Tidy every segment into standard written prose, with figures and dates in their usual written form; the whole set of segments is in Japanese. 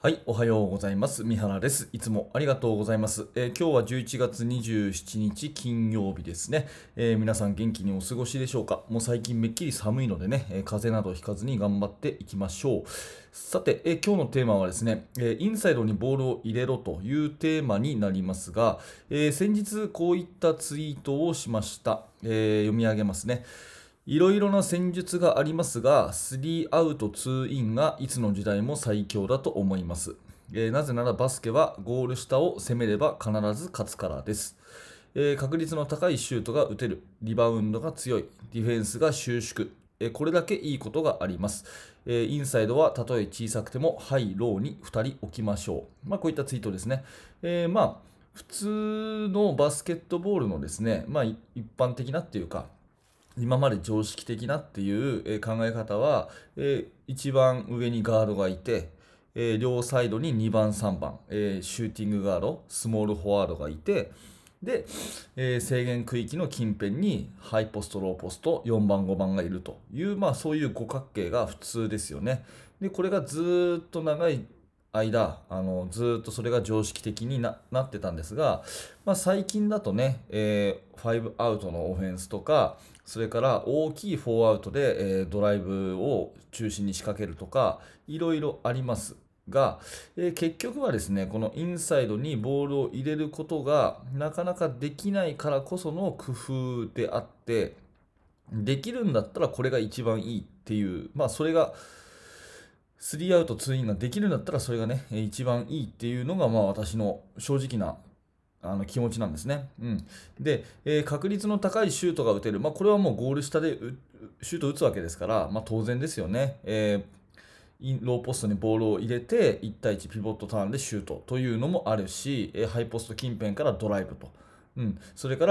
はい、おはようございます。三原です。いつもありがとうございます。今日は11月27日金曜日ですね、皆さん元気にお過ごしでしょうか。もう最近めっきり寒いのでね、風邪などひかずに頑張っていきましょう。さて、今日のテーマはですね、インサイドにボールを入れろというテーマになりますが、先日こういったツイートをしました。読み上げますね。いろいろな戦術がありますが、3アウト2インがいつの時代も最強だと思います。なぜならバスケはゴール下を攻めれば必ず勝つからです。確率の高いシュートが打てる、リバウンドが強い、ディフェンスが収縮、これだけいいことがあります。インサイドはたとえ小さくてもハイ、ローに2人置きましょう。こういったツイートですね。普通のバスケットボールのですね、一般的なっていうか、今まで常識的なっていう考え方は、一番上にガードがいて、両サイドに2番、3番、シューティングガード、スモールフォワードがいて、で、制限区域の近辺にハイポスト、ローポスト、4番、5番がいるという、そういう五角形が普通ですよね。で、これがずーっと長い間、ずーっとそれが常識的になってたんですが、最近だとね、5アウトのオフェンスとか、それから大きい4アウトで、ドライブを中心に仕掛けるとか、いろいろありますが、結局はですね、このインサイドにボールを入れることがなかなかできないからこその工夫であって、できるんだったらこれが一番いいっていう、それが3アウト2インができるんだったらそれがね、一番いいっていうのが私の正直な気持ちなんですね。で、確率の高いシュートが打てる、これはもうゴール下でシュートを打つわけですから、当然ですよね。ローポストにボールを入れて1対1ピボットターンでシュートというのもあるし、ハイポスト近辺からドライブと、それから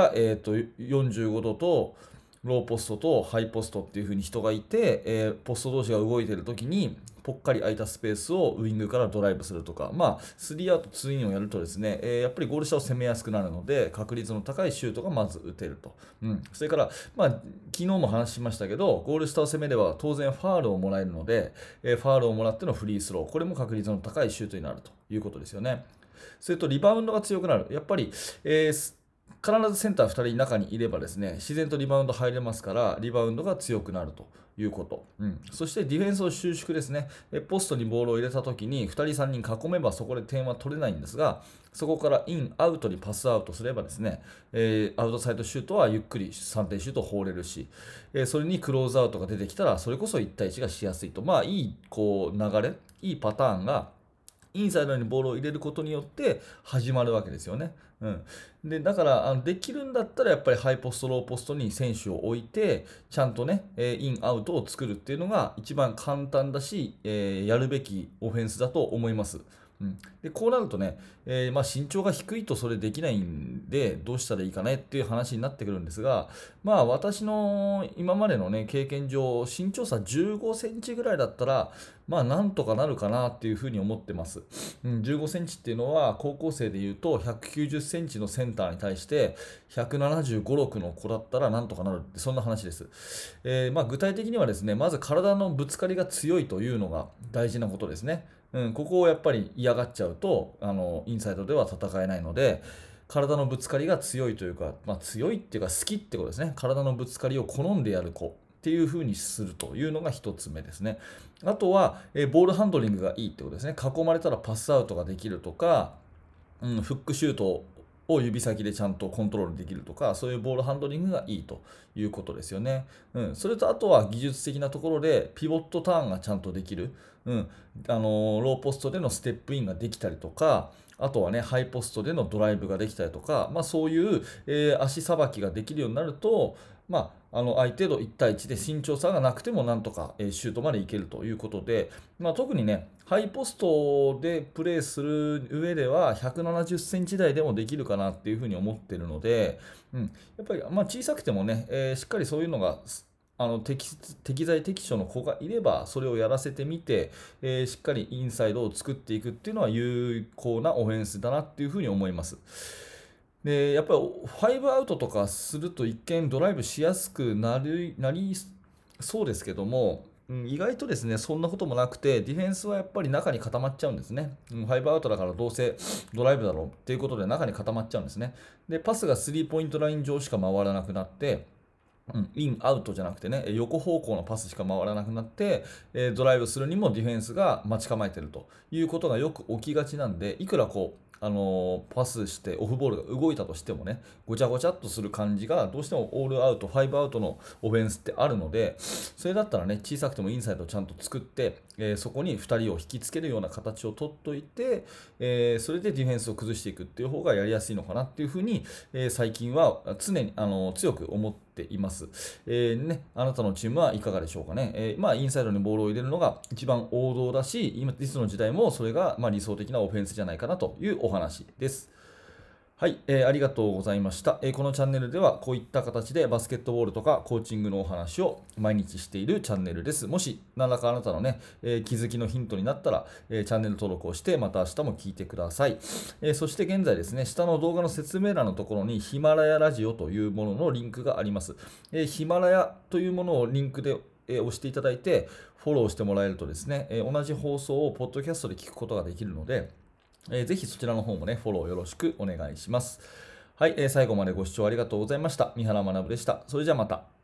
、45度とローポストとハイポストっていう風に人がいて、ポスト同士が動いている時にぽっかり空いたスペースをウイングからドライブするとか、3アウト2インをやるとですね、やっぱりゴール下を攻めやすくなるので、確率の高いシュートがまず打てると。それから、昨日も話しましたけど、ゴール下を攻めれば当然ファールをもらえるので、ファールをもらってのフリースロー、これも確率の高いシュートになるということですよね。それとリバウンドが強くなる。やっぱり、必ずセンター2人中にいればですね、自然とリバウンド入れますから、リバウンドが強くなるということ。そしてディフェンスを収縮ですね。ポストにボールを入れたときに、2人3人囲めばそこで点は取れないんですが、そこからイン、アウトにパスアウトすればですね、アウトサイドシュートはゆっくり3点シュートを放れるし、それにクローズアウトが出てきたら、それこそ1対1がしやすいと。いい流れ、いいパターンが、インサイドにボールを入れることによって始まるわけですよね。でだからできるんだったらやっぱりハイポスト、ローポストに選手を置いてちゃんとね、イン、アウトを作るっていうのが一番簡単だし、やるべきオフェンスだと思います。でこうなるとね、身長が低いとそれできないんでどうしたらいいかねっていう話になってくるんですが、私の今までのね経験上身長差15センチぐらいだったらなんとかなるかなっていうふうに思ってます。15センチっていうのは高校生でいうと190センチのセンターに対して175、6の子だったらなんとかなるってそんな話です。具体的にはですね、まず体のぶつかりが強いというのが大事なことですね。ここをやっぱり嫌がっちゃうとインサイドでは戦えないので、体のぶつかりが強いというか、強いっていうか好きってことですね。体のぶつかりを好んでやる子っていう風にするというのが一つ目ですね。あとは、ボールハンドリングがいいってことですね。囲まれたらパスアウトができるとか、フックシュートを指先でちゃんとコントロールできるとか、そういうボールハンドリングがいいということですよね。それとあとは技術的なところでピボットターンがちゃんとできる。ローポストでのステップインができたりとか、あとはね、ハイポストでのドライブができたりとか、そういう、足さばきができるようになると、相手と1対1で身長差がなくてもなんとか、シュートまでいけるということで、特にね、ハイポストでプレーする上では170センチ台でもできるかなっていうふうに思ってるので、やっぱり、小さくてもね、しっかりそういうのが適材適所の子がいればそれをやらせてみて、しっかりインサイドを作っていくっていうのは有効なオフェンスだなっていうふうに思います。でやっぱり5アウトとかすると一見ドライブしやすくなりそうですけども、 意外とですね、そんなこともなくて、ディフェンスはやっぱり中に固まっちゃうんですね。5アウトだからどうせドライブだろうっていうことで中に固まっちゃうんですね。で、パスがスリーポイントライン上しか回らなくなって、イン、アウトじゃなくてね、横方向のパスしか回らなくなって、ドライブするにもディフェンスが待ち構えているということがよく起きがちなんで、いくらパスしてオフボールが動いたとしてもね、ごちゃごちゃっとする感じがどうしてもオールアウト、5アウトのオフェンスってあるので、それだったらね、小さくてもインサイドをちゃんと作って、そこに2人を引きつけるような形を取っといて、それでディフェンスを崩していくっていう方がやりやすいのかなっていうふうに、最近は常に強く思っています。あなたのチームはいかがでしょうかね。インサイドにボールを入れるのが一番王道だし、今いつの時代もそれが理想的なオフェンスじゃないかなというお話です。はい、ありがとうございました、このチャンネルではこういった形でバスケットボールとかコーチングのお話を毎日しているチャンネルです。もし何らかあなたのね、気づきのヒントになったら、チャンネル登録をしてまた明日も聞いてください。そして現在ですね、下の動画の説明欄のところにヒマラヤラジオというもののリンクがあります。ヒマラヤというものをリンクで押していただいてフォローしてもらえるとですね、同じ放送をポッドキャストで聞くことができるので、ぜひそちらの方もね、フォローよろしくお願いします。はい、最後までご視聴ありがとうございました。三原学でした。それじゃあまた。